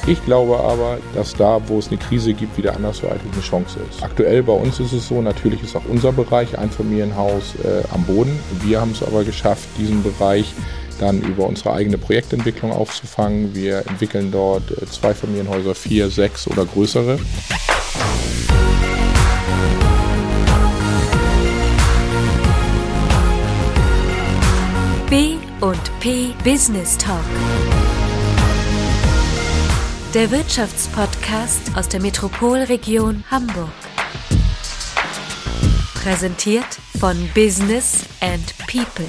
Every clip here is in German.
Ich glaube aber, dass da, wo es eine Krise gibt, wieder andersweitig eine Chance ist. Aktuell bei uns ist es so, natürlich ist auch unser Bereich Einfamilienhaus am Boden. Wir haben es aber geschafft, diesen Bereich dann über unsere eigene Projektentwicklung aufzufangen. Wir entwickeln dort Zweifamilienhäuser, 4, 6 oder größere. B&P Business Talk. Der Wirtschaftspodcast aus der Metropolregion Hamburg. Präsentiert von Business and People.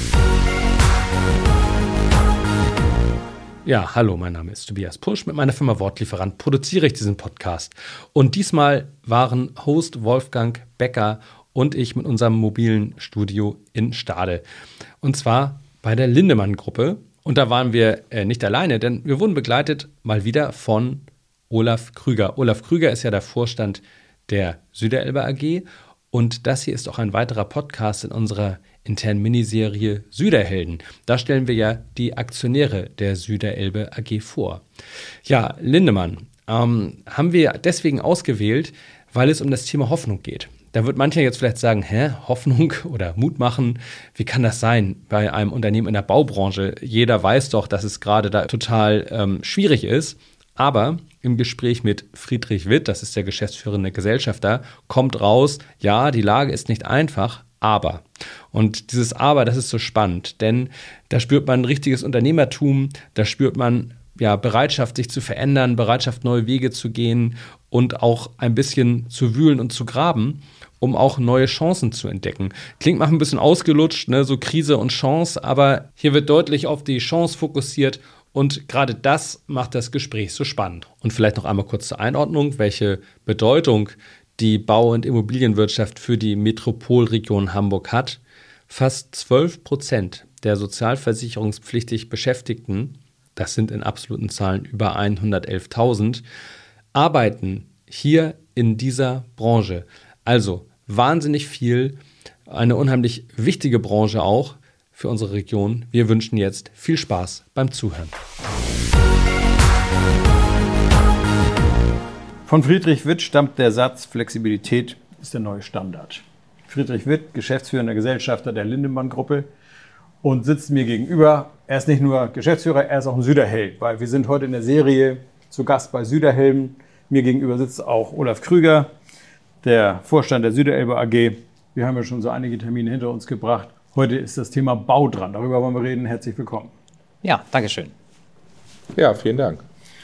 Ja, hallo, mein Name ist Tobias Pusch. Mit meiner Firma Wortlieferant produziere ich diesen Podcast. Und diesmal waren Host Wolfgang Becker und ich mit unserem mobilen Studio in Stade. Und zwar bei der Lindemann-Gruppe. Und da waren wir nicht alleine, denn wir wurden begleitet mal wieder von Olaf Krüger. Olaf Krüger ist ja der Vorstand der Süderelbe AG. Und das hier ist auch ein weiterer Podcast in unserer internen Miniserie Süderhelden. Da stellen wir ja die Aktionäre der Süderelbe AG vor. Ja, Lindemann haben wir deswegen ausgewählt, weil es um das Thema Hoffnung geht. Da wird mancher jetzt vielleicht sagen, Hoffnung oder Mut machen, wie kann das sein bei einem Unternehmen in der Baubranche? Jeder weiß doch, dass es gerade da total schwierig ist. Aber im Gespräch mit Friedrich Witt, das ist der geschäftsführende Gesellschafter, kommt raus, ja, die Lage ist nicht einfach, aber. Und dieses Aber, das ist so spannend, denn da spürt man ein richtiges Unternehmertum, da spürt man Bereitschaft, sich zu verändern, Bereitschaft, neue Wege zu gehen und auch ein bisschen zu wühlen und zu graben, um auch neue Chancen zu entdecken. Klingt mal ein bisschen ausgelutscht, ne? So Krise und Chance, aber hier wird deutlich auf die Chance fokussiert und gerade das macht das Gespräch so spannend. Und vielleicht noch einmal kurz zur Einordnung, welche Bedeutung die Bau- und Immobilienwirtschaft für die Metropolregion Hamburg hat. Fast 12% der sozialversicherungspflichtig Beschäftigten, das sind in absoluten Zahlen über 111.000, arbeiten hier in dieser Branche. Also wahnsinnig viel, eine unheimlich wichtige Branche auch für unsere Region. Wir wünschen jetzt viel Spaß beim Zuhören. Von Friedrich Witt stammt der Satz, Flexibilität ist der neue Standard. Friedrich Witt, geschäftsführender Gesellschafter der Lindemann-Gruppe und sitzt mir gegenüber. Er ist nicht nur Geschäftsführer, er ist auch ein Süderheld, weil wir sind heute in der Serie zu Gast bei Süderhelden. Mir gegenüber sitzt auch Olaf Krüger, der Vorstand der Süderelbe AG. Wir haben ja schon so einige Termine hinter uns gebracht. Heute ist das Thema Bau dran. Darüber wollen wir reden. Herzlich willkommen. Ja, danke schön. Ja, vielen Dank.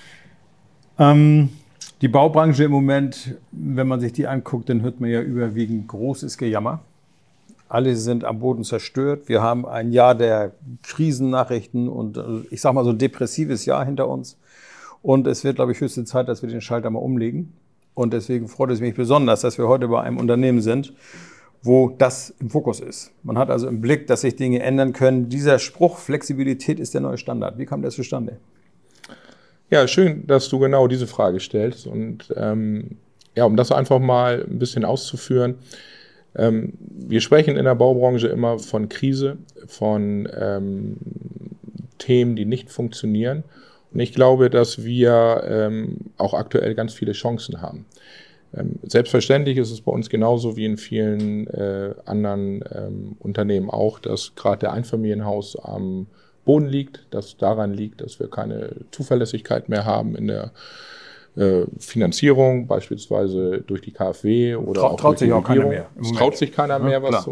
Die Baubranche im Moment, wenn man sich die anguckt, dann hört man ja überwiegend großes Gejammer. Alle sind am Boden zerstört. Wir haben ein Jahr der Krisennachrichten und ich sage mal so ein depressives Jahr hinter uns. Und es wird, glaube ich, höchste Zeit, dass wir den Schalter mal umlegen. Und deswegen freut es mich besonders, dass wir heute bei einem Unternehmen sind, wo das im Fokus ist. Man hat also im Blick, dass sich Dinge ändern können. Dieser Spruch, Flexibilität ist der neue Standard. Wie kam der zustande? Ja, schön, dass du genau diese Frage stellst. Und um das einfach mal ein bisschen auszuführen. Wir sprechen in der Baubranche immer von Krise, von Themen, die nicht funktionieren. Und ich glaube, dass wir auch aktuell ganz viele Chancen haben. Selbstverständlich ist es bei uns genauso wie in vielen anderen Unternehmen auch, dass gerade der Einfamilienhaus am Boden liegt, das daran liegt, dass wir keine Zuverlässigkeit mehr haben in der Finanzierung, beispielsweise durch die KfW oder auch durch die Regierung. Es traut sich keiner mehr, was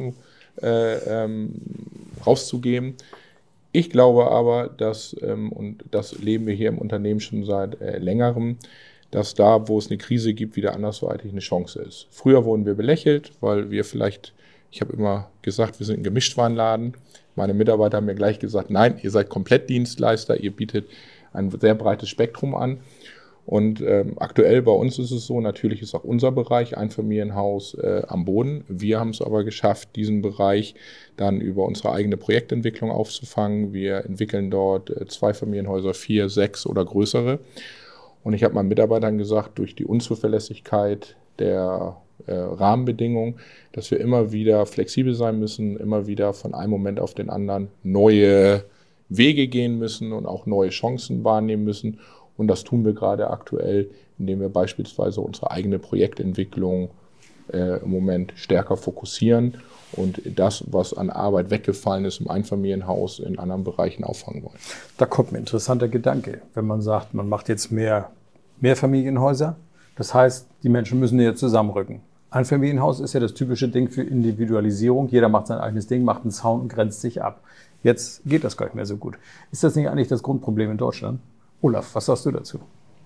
rauszugeben. Ich glaube aber, dass, und das leben wir hier im Unternehmen schon seit längerem, dass da, wo es eine Krise gibt, wieder andersweitig eine Chance ist. Früher wurden wir belächelt, weil wir vielleicht, ich habe immer gesagt, wir sind ein Gemischtwarenladen. Meine Mitarbeiter haben mir gleich gesagt, nein, ihr seid Komplettdienstleister, ihr bietet ein sehr breites Spektrum an. Und aktuell bei uns ist es so, natürlich ist auch unser Bereich Einfamilienhaus am Boden. Wir haben es aber geschafft, diesen Bereich dann über unsere eigene Projektentwicklung aufzufangen. Wir entwickeln dort Zweifamilienhäuser, 4, 6 oder größere. Und ich habe meinen Mitarbeitern gesagt, durch die Unzuverlässigkeit der Rahmenbedingungen, dass wir immer wieder flexibel sein müssen, immer wieder von einem Moment auf den anderen neue Wege gehen müssen und auch neue Chancen wahrnehmen müssen. Und das tun wir gerade aktuell, indem wir beispielsweise unsere eigene Projektentwicklung im Moment stärker fokussieren und das, was an Arbeit weggefallen ist im Einfamilienhaus, in anderen Bereichen auffangen wollen. Da kommt ein interessanter Gedanke, wenn man sagt, man macht jetzt mehr Mehrfamilienhäuser. Das heißt, die Menschen müssen näher zusammenrücken. Einfamilienhaus ist ja das typische Ding für Individualisierung. Jeder macht sein eigenes Ding, macht einen Zaun und grenzt sich ab. Jetzt geht das gar nicht mehr so gut. Ist das nicht eigentlich das Grundproblem in Deutschland? Olaf, was sagst du dazu?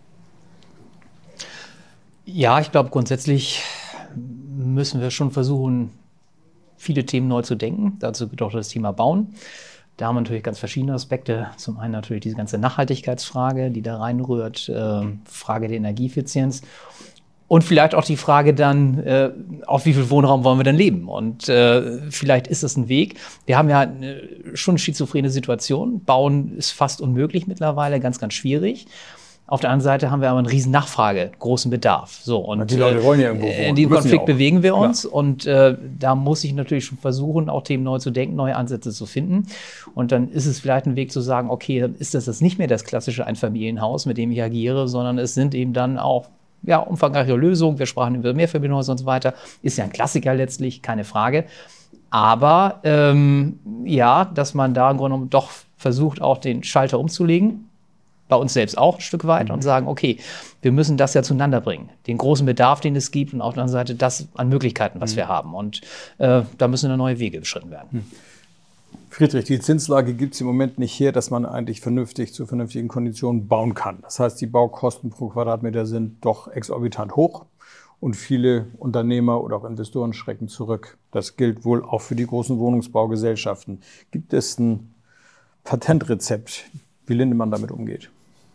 Ja, ich glaube, grundsätzlich müssen wir schon versuchen, viele Themen neu zu denken. Dazu gehört auch das Thema Bauen. Da haben wir natürlich ganz verschiedene Aspekte. Zum einen natürlich diese ganze Nachhaltigkeitsfrage, die da reinrührt, Frage der Energieeffizienz. Und vielleicht auch die Frage dann, auf wie viel Wohnraum wollen wir denn leben? Und vielleicht ist das ein Weg. Wir haben ja schon eine schizophrene Situation. Bauen ist fast unmöglich mittlerweile, ganz, ganz schwierig. Auf der anderen Seite haben wir aber eine riesen Nachfrage, großen Bedarf. So, und die Leute wollen ja irgendwo wohnen. In dem Konflikt bewegen wir uns. Klar. Und da muss ich natürlich schon versuchen, auch Themen neu zu denken, neue Ansätze zu finden. Und dann ist es vielleicht ein Weg zu sagen, okay, dann ist das nicht mehr das klassische Einfamilienhaus, mit dem ich agiere, sondern es sind eben dann auch umfangreiche Lösungen. Wir sprachen über Mehrfamilienhäuser und so weiter. Ist ja ein Klassiker letztlich, keine Frage. Aber dass man da im Grunde genommen doch versucht, auch den Schalter umzulegen. Bei uns selbst auch ein Stück weit und sagen, okay, wir müssen das ja zueinander bringen. Den großen Bedarf, den es gibt und auf der anderen Seite das an Möglichkeiten, was wir haben. Und da müssen neue Wege beschritten werden. Friedrich, die Zinslage gibt es im Moment nicht her, dass man eigentlich vernünftig zu vernünftigen Konditionen bauen kann. Das heißt, die Baukosten pro Quadratmeter sind doch exorbitant hoch und viele Unternehmer oder auch Investoren schrecken zurück. Das gilt wohl auch für die großen Wohnungsbaugesellschaften. Gibt es ein Patentrezept, wie Lindemann damit umgeht?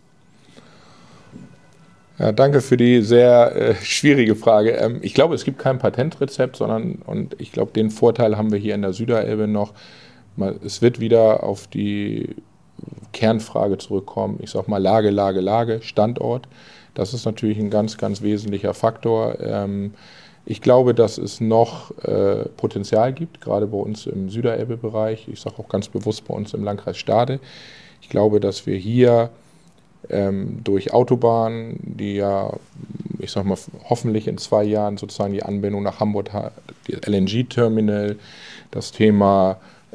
Ja, danke für die sehr schwierige Frage. Ich glaube, es gibt kein Patentrezept, und ich glaube, den Vorteil haben wir hier in der Süderelbe noch. Es wird wieder auf die Kernfrage zurückkommen. Ich sage mal Lage, Standort. Das ist natürlich ein ganz, ganz wesentlicher Faktor. Ich glaube, dass es noch Potenzial gibt, gerade bei uns im Süderelbe-Bereich. Ich sage auch ganz bewusst bei uns im Landkreis Stade. Ich glaube, dass wir hier durch Autobahnen, die ja, ich sag mal, hoffentlich in 2 Jahren sozusagen die Anbindung nach Hamburg hat, die LNG-Terminal, das Thema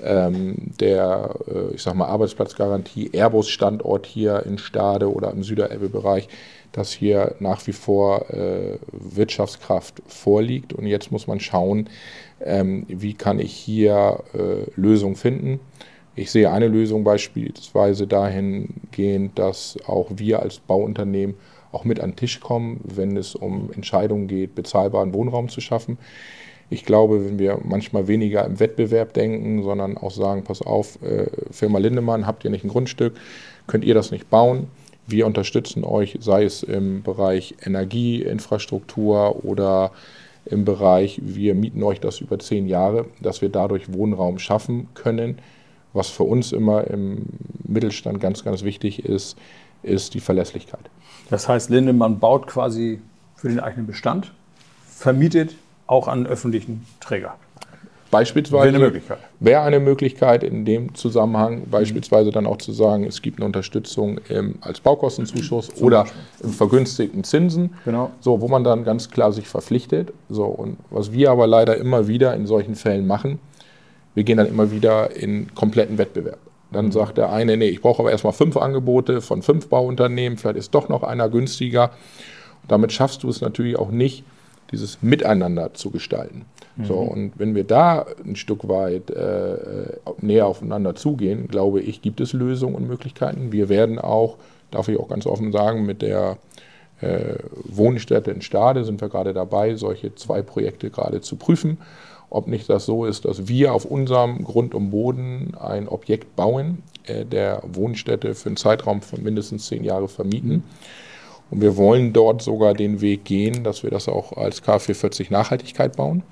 der, ich sag mal, Arbeitsplatzgarantie, Airbus-Standort hier in Stade oder im Süderelbe-Bereich, dass hier nach wie vor Wirtschaftskraft vorliegt. Und jetzt muss man schauen, wie kann ich hier Lösungen finden. Ich sehe eine Lösung beispielsweise dahingehend, dass auch wir als Bauunternehmen auch mit an den Tisch kommen, wenn es um Entscheidungen geht, bezahlbaren Wohnraum zu schaffen. Ich glaube, wenn wir manchmal weniger im Wettbewerb denken, sondern auch sagen, pass auf, Firma Lindemann, habt ihr nicht ein Grundstück, könnt ihr das nicht bauen? Wir unterstützen euch, sei es im Bereich Energieinfrastruktur oder im Bereich, wir mieten euch das über 10 Jahre, dass wir dadurch Wohnraum schaffen können. Was für uns immer im Mittelstand ganz, ganz wichtig ist, ist die Verlässlichkeit. Das heißt, Lindemann baut quasi für den eigenen Bestand, vermietet auch an öffentlichen Träger. Beispielsweise wäre eine Möglichkeit in dem Zusammenhang, beispielsweise dann auch zu sagen, es gibt eine Unterstützung als Baukostenzuschuss oder im vergünstigten Zinsen, so, wo man dann ganz klar sich verpflichtet. So, und was wir aber leider immer wieder in solchen Fällen machen, wir gehen dann immer wieder in kompletten Wettbewerb. Dann sagt der eine, nee, ich brauche aber erstmal 5 Angebote von 5 Bauunternehmen, vielleicht ist doch noch einer günstiger. Und damit schaffst du es natürlich auch nicht, dieses Miteinander zu gestalten. So, und wenn wir da ein Stück weit näher aufeinander zugehen, glaube ich, gibt es Lösungen und Möglichkeiten. Wir werden auch, darf ich auch ganz offen sagen, mit der Wohnstätte in Stade sind wir gerade dabei, solche 2 Projekte gerade zu prüfen. Ob nicht das so ist, dass wir auf unserem Grund und Boden ein Objekt bauen, der Wohnstätte für einen Zeitraum von mindestens 10 Jahre vermieten. Und wir wollen dort sogar den Weg gehen, dass wir das auch als K440 Nachhaltigkeit bauen,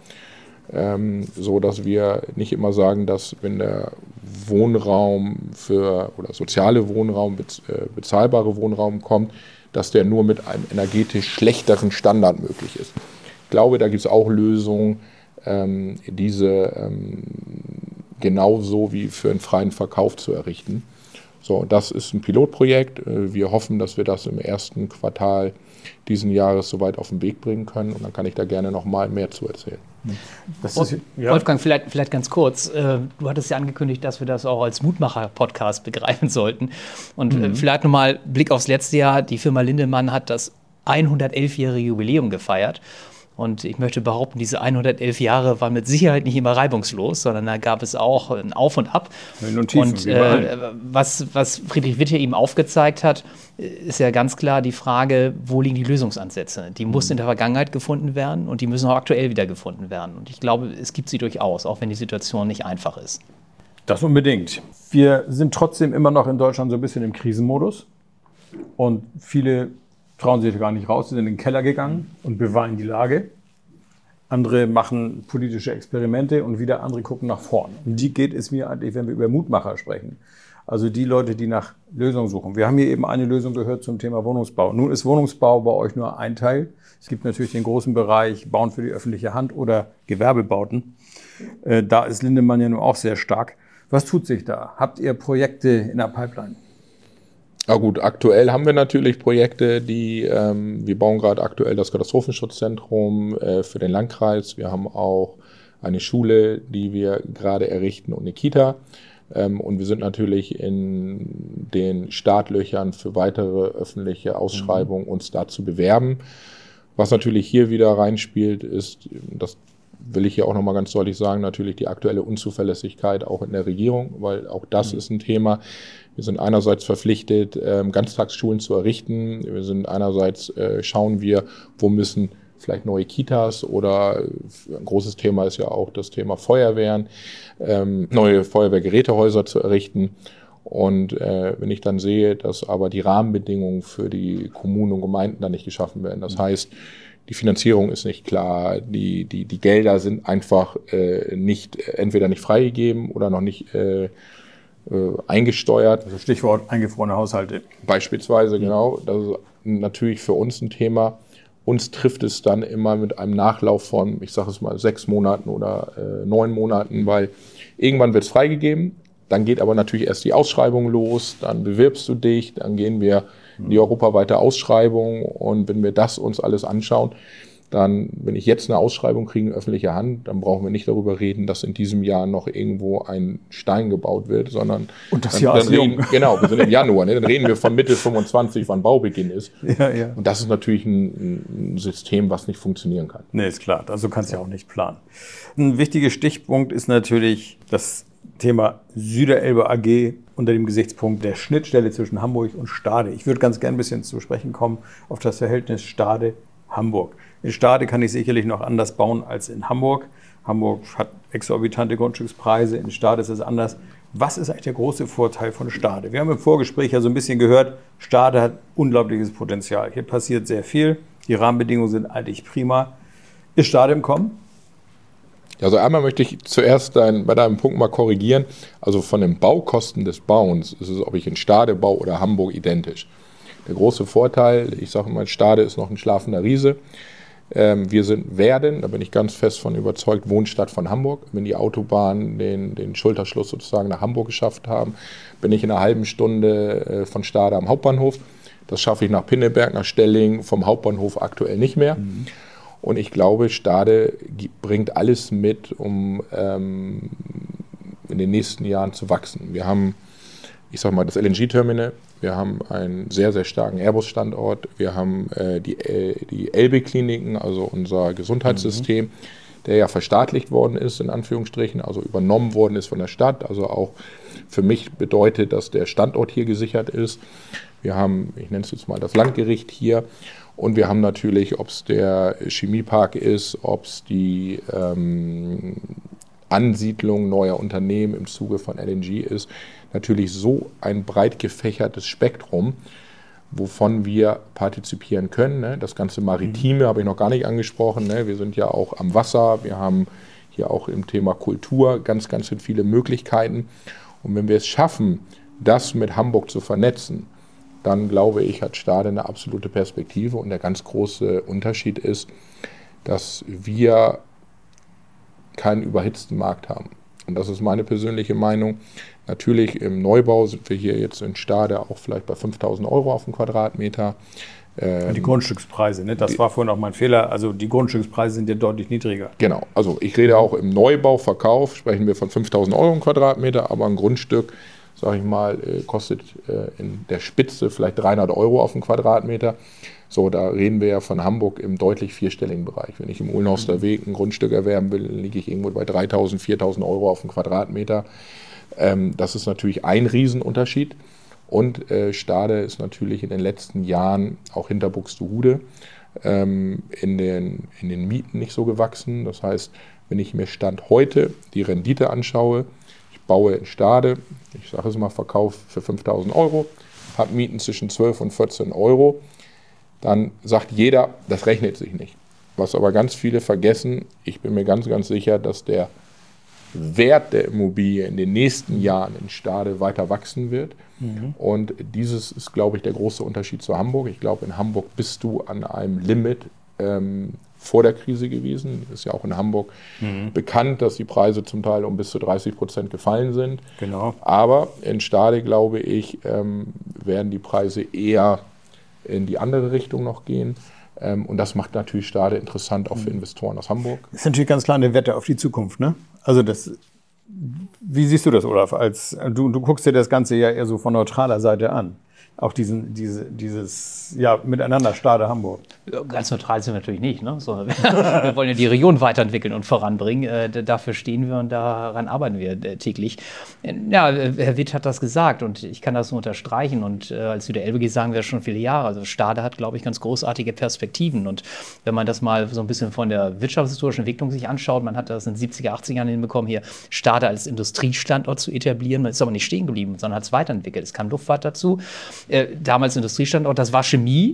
so dass wir nicht immer sagen, dass wenn der Wohnraum oder soziale Wohnraum, bezahlbare Wohnraum kommt, dass der nur mit einem energetisch schlechteren Standard möglich ist. Ich glaube, da gibt es auch Lösungen, diese genauso wie für einen freien Verkauf zu errichten. So, das ist ein Pilotprojekt. Wir hoffen, dass wir das im ersten Quartal diesen Jahres soweit auf den Weg bringen können. Und dann kann ich da gerne noch mal mehr zu erzählen. Wolfgang, vielleicht ganz kurz. Du hattest ja angekündigt, dass wir das auch als Mutmacher-Podcast begreifen sollten. Und vielleicht nochmal Blick aufs letzte Jahr. Die Firma Lindemann hat das 111-jährige Jubiläum gefeiert. Und ich möchte behaupten, diese 111 Jahre waren mit Sicherheit nicht immer reibungslos, sondern da gab es auch ein Auf und Ab. Und was Friedrich Witte eben aufgezeigt hat, ist ja ganz klar die Frage, wo liegen die Lösungsansätze? Die mussten in der Vergangenheit gefunden werden und die müssen auch aktuell wieder gefunden werden. Und ich glaube, es gibt sie durchaus, auch wenn die Situation nicht einfach ist. Das unbedingt. Wir sind trotzdem immer noch in Deutschland so ein bisschen im Krisenmodus. Und viele trauen sich gar nicht raus, sie sind in den Keller gegangen und beweinen die Lage. Andere machen politische Experimente und wieder andere gucken nach vorn. Um die geht es mir eigentlich, wenn wir über Mutmacher sprechen. Also die Leute, die nach Lösungen suchen. Wir haben hier eben eine Lösung gehört zum Thema Wohnungsbau. Nun ist Wohnungsbau bei euch nur ein Teil. Es gibt natürlich den großen Bereich Bauen für die öffentliche Hand oder Gewerbebauten. Da ist Lindemann ja nun auch sehr stark. Was tut sich da? Habt ihr Projekte in der Pipeline? Ja gut, aktuell haben wir natürlich Projekte, wir bauen gerade aktuell das Katastrophenschutzzentrum für den Landkreis. Wir haben auch eine Schule, die wir gerade errichten und eine Kita. Und wir sind natürlich in den Startlöchern für weitere öffentliche Ausschreibungen, uns da zu bewerben. Was natürlich hier wieder reinspielt, ist, das will ich hier auch nochmal ganz deutlich sagen, natürlich die aktuelle Unzuverlässigkeit auch in der Regierung, weil auch das ist ein Thema. Wir sind einerseits verpflichtet, Ganztagsschulen zu errichten. Wir sind einerseits, schauen wir, wo müssen vielleicht neue Kitas oder ein großes Thema ist ja auch das Thema Feuerwehren, neue Feuerwehrgerätehäuser zu errichten. Und wenn ich dann sehe, dass aber die Rahmenbedingungen für die Kommunen und Gemeinden dann nicht geschaffen werden, das heißt, die Finanzierung ist nicht klar, die Gelder sind einfach entweder nicht freigegeben oder noch nicht eingesteuert. Also Stichwort eingefrorene Haushalte. Beispielsweise, genau. Das ist natürlich für uns ein Thema. Uns trifft es dann immer mit einem Nachlauf von, ich sage es mal, 6 Monaten oder 9 Monaten, weil irgendwann wird es freigegeben. Dann geht aber natürlich erst die Ausschreibung los, dann bewirbst du dich, dann gehen wir in die europaweite Ausschreibung und wenn wir das uns alles anschauen, dann, wenn ich jetzt eine Ausschreibung kriege in öffentlicher Hand, dann brauchen wir nicht darüber reden, dass in diesem Jahr noch irgendwo ein Stein gebaut wird, sondern und das Jahr ist jung. Genau, wir sind im Januar, ne? Dann reden wir von Mitte 25, wann Baubeginn ist. Ja, ja. Und das ist natürlich ein System, was nicht funktionieren kann. Nee, ist klar, also kannst du ja auch nicht planen. Ein wichtiger Stichpunkt ist natürlich das Thema Süderelbe AG unter dem Gesichtspunkt der Schnittstelle zwischen Hamburg und Stade. Ich würde ganz gern ein bisschen zu sprechen kommen auf das Verhältnis Stade-Hamburg. In Stade kann ich sicherlich noch anders bauen als in Hamburg. Hamburg hat exorbitante Grundstückspreise, in Stade ist es anders. Was ist eigentlich der große Vorteil von Stade? Wir haben im Vorgespräch ja so ein bisschen gehört, Stade hat unglaubliches Potenzial. Hier passiert sehr viel, die Rahmenbedingungen sind eigentlich prima. Ist Stade im Kommen? Also einmal möchte ich zuerst bei deinem Punkt mal korrigieren. Also von den Baukosten des Bauens ist es, ob ich in Stade baue oder Hamburg, identisch. Der große Vorteil, ich sage mal, Stade ist noch ein schlafender Riese. Wir werden, da bin ich ganz fest von überzeugt, Wohnstadt von Hamburg. Wenn die Autobahnen den Schulterschluss sozusagen nach Hamburg geschafft haben, bin ich in einer halben Stunde von Stade am Hauptbahnhof. Das schaffe ich nach Pinneberg, nach Stelling, vom Hauptbahnhof aktuell nicht mehr. Und ich glaube, Stade bringt alles mit, um in den nächsten Jahren zu wachsen. Wir haben, ich sage mal, das LNG-Terminal. Wir haben einen sehr, sehr starken Airbus-Standort. Wir haben die Elbe-Kliniken, also unser Gesundheitssystem, der ja verstaatlicht worden ist, in Anführungsstrichen, also übernommen worden ist von der Stadt. Also auch für mich bedeutet, dass der Standort hier gesichert ist. Wir haben, ich nenne es jetzt mal das Landgericht hier. Und wir haben natürlich, ob es der Chemiepark ist, ob es die Ansiedlung neuer Unternehmen im Zuge von LNG ist, natürlich so ein breit gefächertes Spektrum, wovon wir partizipieren können. Ne? Das ganze Maritime habe ich noch gar nicht angesprochen. Ne? Wir sind ja auch am Wasser, wir haben hier auch im Thema Kultur ganz, ganz viele Möglichkeiten. Und wenn wir es schaffen, das mit Hamburg zu vernetzen, dann glaube ich, hat Stade eine absolute Perspektive. Und der ganz große Unterschied ist, dass wir keinen überhitzten Markt haben. Und das ist meine persönliche Meinung. Natürlich im Neubau sind wir hier jetzt in Stade auch vielleicht bei 5.000 Euro auf den Quadratmeter. Die Grundstückspreise, ne? Das war vorhin auch mein Fehler. Also die Grundstückspreise sind ja deutlich niedriger. Genau, also ich rede auch im Neubauverkauf, sprechen wir von 5.000 Euro im Quadratmeter, aber ein Grundstück, sage ich mal, kostet in der Spitze vielleicht 300 Euro auf den Quadratmeter. So, da reden wir ja von Hamburg im deutlich vierstelligen Bereich. Wenn ich im Uhlenhorster Weg ein Grundstück erwerben will, liege ich irgendwo bei 3.000, 4.000 Euro auf den Quadratmeter. Das ist natürlich ein Riesenunterschied. Und Stade ist natürlich in den letzten Jahren auch hinter Buxtehude in den Mieten nicht so gewachsen. Das heißt, wenn ich mir Stand heute die Rendite anschaue, ich baue in Stade, ich sage es mal, Verkauf für 5.000 Euro, habe Mieten zwischen 12 und 14 Euro, dann sagt jeder, das rechnet sich nicht. Was aber ganz viele vergessen, ich bin mir ganz, ganz sicher, dass der Wert der Immobilie in den nächsten Jahren in Stade weiter wachsen wird. Und dieses ist, glaube ich, der große Unterschied zu Hamburg. Ich glaube, in Hamburg bist du an einem Limit vor der Krise gewesen. Ist ja auch in Hamburg bekannt, dass die Preise zum Teil um bis zu 30% gefallen sind. Genau. Aber in Stade, glaube ich, werden die Preise eher in die andere Richtung noch gehen. Und das macht natürlich Stade interessant, auch für Investoren aus Hamburg. Das ist natürlich ganz klar eine Wette auf die Zukunft, ne? Also wie siehst du das, Olaf? Du guckst dir das Ganze ja eher so von neutraler Seite an. Auch dieses Miteinander Stade Hamburg. Ganz neutral sind wir natürlich nicht, ne? Sondern wir wollen ja die Region weiterentwickeln und voranbringen. Dafür stehen wir und daran arbeiten wir täglich. Ja, Herr Witt hat das gesagt und ich kann das nur unterstreichen. Und als Süder LBG sagen wir das schon viele Jahre. Also Stade hat, glaube ich, ganz großartige Perspektiven. Und wenn man das mal so ein bisschen von der wirtschaftshistorischen Entwicklung sich anschaut, man hat das in den 70er, 80er hinbekommen, hier Stade als Industriestandort zu etablieren. Man ist aber nicht stehen geblieben, sondern hat es weiterentwickelt. Es kam Luftfahrt dazu. Damals Industriestandort, das war Chemie,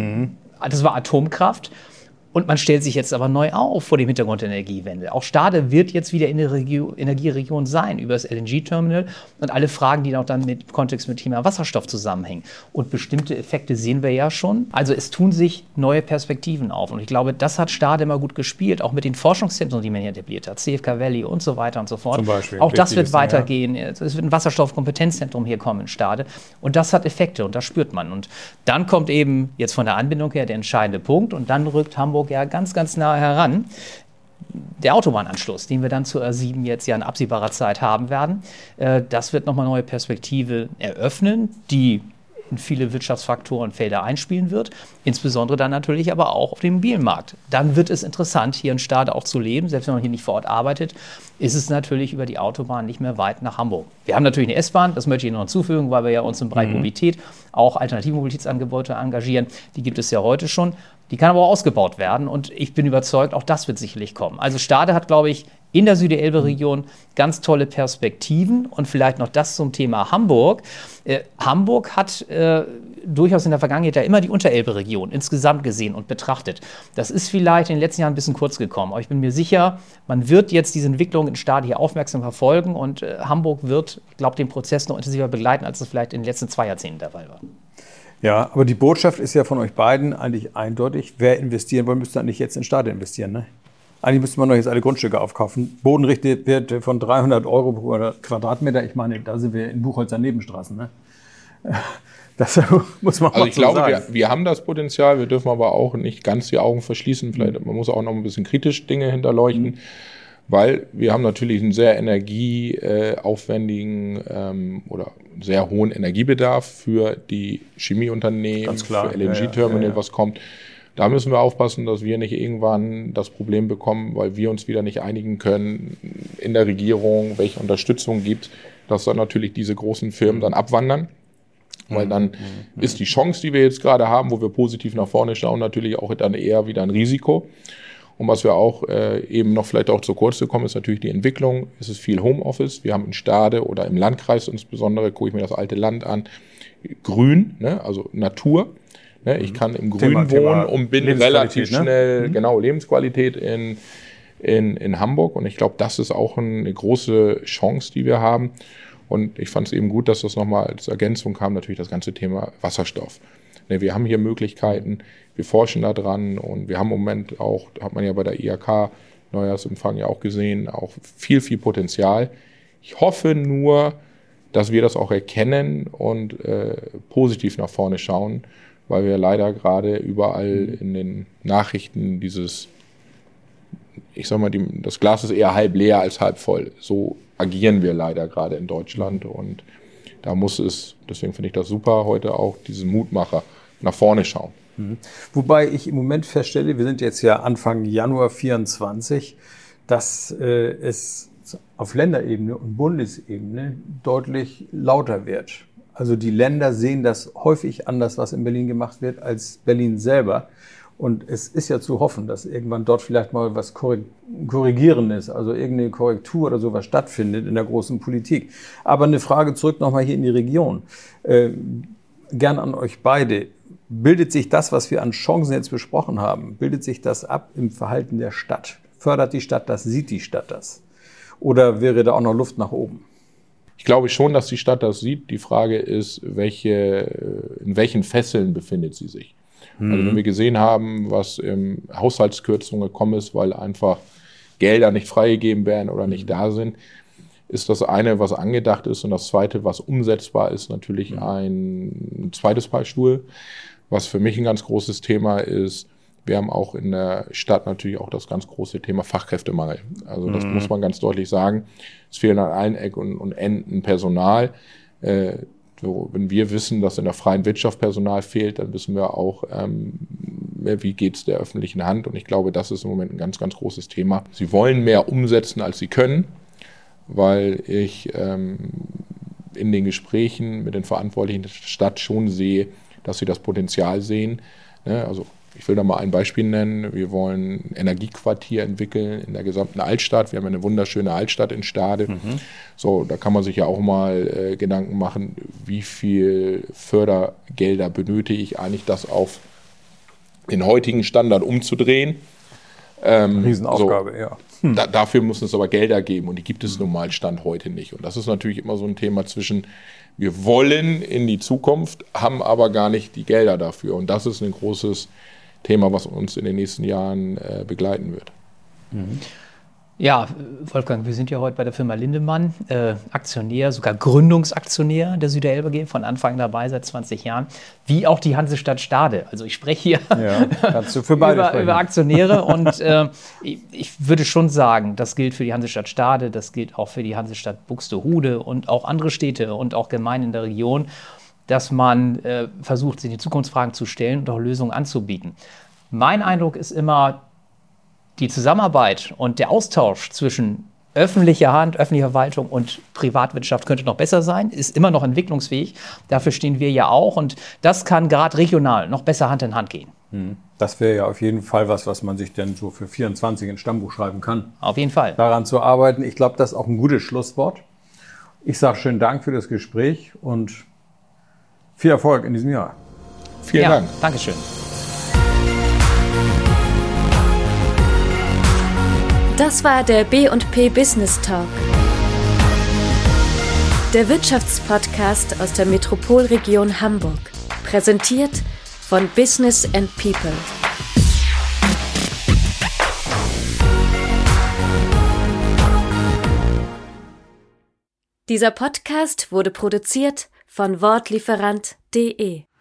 das war Atomkraft. Und man stellt sich jetzt aber neu auf vor dem Hintergrund der Energiewende. Auch Stade wird jetzt wieder in der Energieregion sein, über das LNG-Terminal und alle Fragen, die auch dann im Kontext mit Thema Wasserstoff zusammenhängen. Und bestimmte Effekte sehen wir ja schon. Also es tun sich neue Perspektiven auf. Und ich glaube, das hat Stade immer gut gespielt, auch mit den Forschungszentren, die man hier etabliert hat, CFK Valley und so weiter und so fort. Zum Beispiel. Auch das wird weitergehen. Ja. Es wird ein Wasserstoffkompetenzzentrum hier kommen in Stade. Und das hat Effekte und das spürt man. Und dann kommt eben jetzt von der Anbindung her der entscheidende Punkt und dann rückt Hamburg ja ganz, ganz nah heran. Der Autobahnanschluss, den wir dann zur R7 jetzt ja in absehbarer Zeit haben werden, das wird nochmal neue Perspektive eröffnen, die in viele Wirtschaftsfaktoren und Felder einspielen wird, insbesondere dann natürlich aber auch auf dem Immobilienmarkt. Dann wird es interessant, hier in Stade auch zu leben, selbst wenn man hier nicht vor Ort arbeitet, ist es natürlich über die Autobahn nicht mehr weit nach Hamburg. Wir haben natürlich eine S-Bahn, das möchte ich noch hinzufügen, weil wir ja uns im Bereich Mobilität auch alternative Mobilitätsangebote engagieren. Die gibt es ja heute schon. Die kann aber auch ausgebaut werden und ich bin überzeugt, auch das wird sicherlich kommen. Also Stade hat, glaube ich, in der Süd-Elbe-Region ganz tolle Perspektiven und vielleicht noch das zum Thema Hamburg. Hamburg hat durchaus in der Vergangenheit ja immer die Unterelbe-Region insgesamt gesehen und betrachtet. Das ist vielleicht in den letzten Jahren ein bisschen kurz gekommen, aber ich bin mir sicher, man wird jetzt diese Entwicklung in Stade hier aufmerksam verfolgen und Hamburg wird, ich glaube, den Prozess noch intensiver begleiten, als es vielleicht in den letzten 2 Jahrzehnten der Fall war. Ja, aber die Botschaft ist ja von euch beiden eigentlich eindeutig. Wer investieren will, müsste eigentlich jetzt in Stade investieren, ne? Eigentlich müsste man doch jetzt alle Grundstücke aufkaufen. Bodenrichtwert von 300 Euro pro Quadratmeter. Ich meine, da sind wir in Buchholzer Nebenstraßen, ne? Das muss man also ich glaube, wir haben das Potenzial. Wir dürfen aber auch nicht ganz die Augen verschließen. Vielleicht, man muss auch noch ein bisschen kritisch Dinge hinterleuchten. Weil wir haben natürlich einen sehr energieaufwendigen oder sehr hohen Energiebedarf für die Chemieunternehmen, für LNG-Terminal, was kommt. Da müssen wir aufpassen, dass wir nicht irgendwann das Problem bekommen, weil wir uns wieder nicht einigen können in der Regierung, welche Unterstützung gibt, dass dann natürlich diese großen Firmen dann abwandern. Weil dann ist die Chance, die wir jetzt gerade haben, wo wir positiv nach vorne schauen, natürlich auch dann eher wieder ein Risiko. Und was wir auch eben noch vielleicht auch zu kurz gekommen ist, natürlich die Entwicklung. Es ist viel Homeoffice. Wir haben in Stade oder im Landkreis insbesondere, gucke ich mir das alte Land an, Grün, ne, also Natur. Ne, ich kann im Grün wohnen und bin relativ schnell, Lebensqualität in Hamburg. Und ich glaube, das ist auch eine große Chance, die wir haben. Und ich fand es eben gut, dass das nochmal als Ergänzung kam, natürlich das ganze Thema Wasserstoff. Ne, wir haben hier Möglichkeiten, wir forschen da dran und wir haben im Moment auch, hat man ja bei der IHK Neujahrsempfang ja auch gesehen, auch viel, viel Potenzial. Ich hoffe nur, dass wir das auch erkennen und positiv nach vorne schauen, weil wir leider gerade überall in den Nachrichten das Glas ist eher halb leer als halb voll. So agieren wir leider gerade in Deutschland und da muss es, deswegen finde ich das super, heute auch diesen Mutmacher nach vorne schauen. Wobei ich im Moment feststelle, wir sind jetzt ja Anfang Januar 2024, dass es auf Länderebene und Bundesebene deutlich lauter wird. Also die Länder sehen das häufig anders, was in Berlin gemacht wird, als Berlin selber. Und es ist ja zu hoffen, dass irgendwann dort vielleicht mal was Korrigierendes, also irgendeine Korrektur oder sowas stattfindet in der großen Politik. Aber eine Frage zurück nochmal hier in die Region. Gern an euch beide. Bildet sich das, was wir an Chancen jetzt besprochen haben, bildet sich das ab im Verhalten der Stadt? Fördert die Stadt das? Sieht die Stadt das? Oder wäre da auch noch Luft nach oben? Ich glaube schon, dass die Stadt das sieht. Die Frage ist, in welchen Fesseln befindet sie sich? Also wenn wir gesehen haben, was im Haushaltskürzungen gekommen ist, weil einfach Gelder nicht freigegeben werden oder nicht da sind, ist das eine, was angedacht ist, und das zweite, was umsetzbar ist, natürlich ein zweites Paar Schuhe. Was für mich ein ganz großes Thema ist, wir haben auch in der Stadt natürlich auch das ganz große Thema Fachkräftemangel. Also das muss man ganz deutlich sagen. Es fehlen an allen Ecken und Enden Personal. Wenn wir wissen, dass in der freien Wirtschaft Personal fehlt, dann wissen wir auch, wie geht es der öffentlichen Hand. Und ich glaube, das ist im Moment ein ganz, ganz großes Thema. Sie wollen mehr umsetzen, als sie können, weil ich in den Gesprächen mit den Verantwortlichen der Stadt schon sehe, dass sie das Potenzial sehen. Also ich will da mal ein Beispiel nennen. Wir wollen ein Energiequartier entwickeln in der gesamten Altstadt. Wir haben eine wunderschöne Altstadt in Stade. So, da kann man sich ja auch mal Gedanken machen, wie viel Fördergelder benötige ich eigentlich, das auf den heutigen Standard umzudrehen. Riesenaufgabe, ja. Dafür muss es aber Gelder geben und die gibt es nun mal Stand heute nicht. Und das ist natürlich immer so ein Thema zwischen, wir wollen in die Zukunft, haben aber gar nicht die Gelder dafür. Und das ist ein großes Thema, was uns in den nächsten Jahren begleiten wird. Ja, Wolfgang, wir sind ja heute bei der Firma Lindemann, Aktionär, sogar Gründungsaktionär der Süderelbe AG, von Anfang dabei, seit 20 Jahren, wie auch die Hansestadt Stade. Also ich spreche hier kannst du für beide über Aktionäre und ich würde schon sagen, das gilt für die Hansestadt Stade, das gilt auch für die Hansestadt Buxtehude und auch andere Städte und auch Gemeinden in der Region, dass man versucht, sich die Zukunftsfragen zu stellen und auch Lösungen anzubieten. Mein Eindruck ist immer, die Zusammenarbeit und der Austausch zwischen öffentlicher Hand, öffentlicher Verwaltung und Privatwirtschaft könnte noch besser sein, ist immer noch entwicklungsfähig. Dafür stehen wir ja auch und das kann gerade regional noch besser Hand in Hand gehen. Das wäre ja auf jeden Fall was man sich dann so für 24 ins Stammbuch schreiben kann. Auf jeden Fall. Daran zu arbeiten. Ich glaube, das ist auch ein gutes Schlusswort. Ich sage schönen Dank für das Gespräch und viel Erfolg in diesem Jahr. Vielen Dank. Dankeschön. Das war der B&P Business Talk, der Wirtschaftspodcast aus der Metropolregion Hamburg, präsentiert von Business and People. Dieser Podcast wurde produziert von Wortlieferant.de.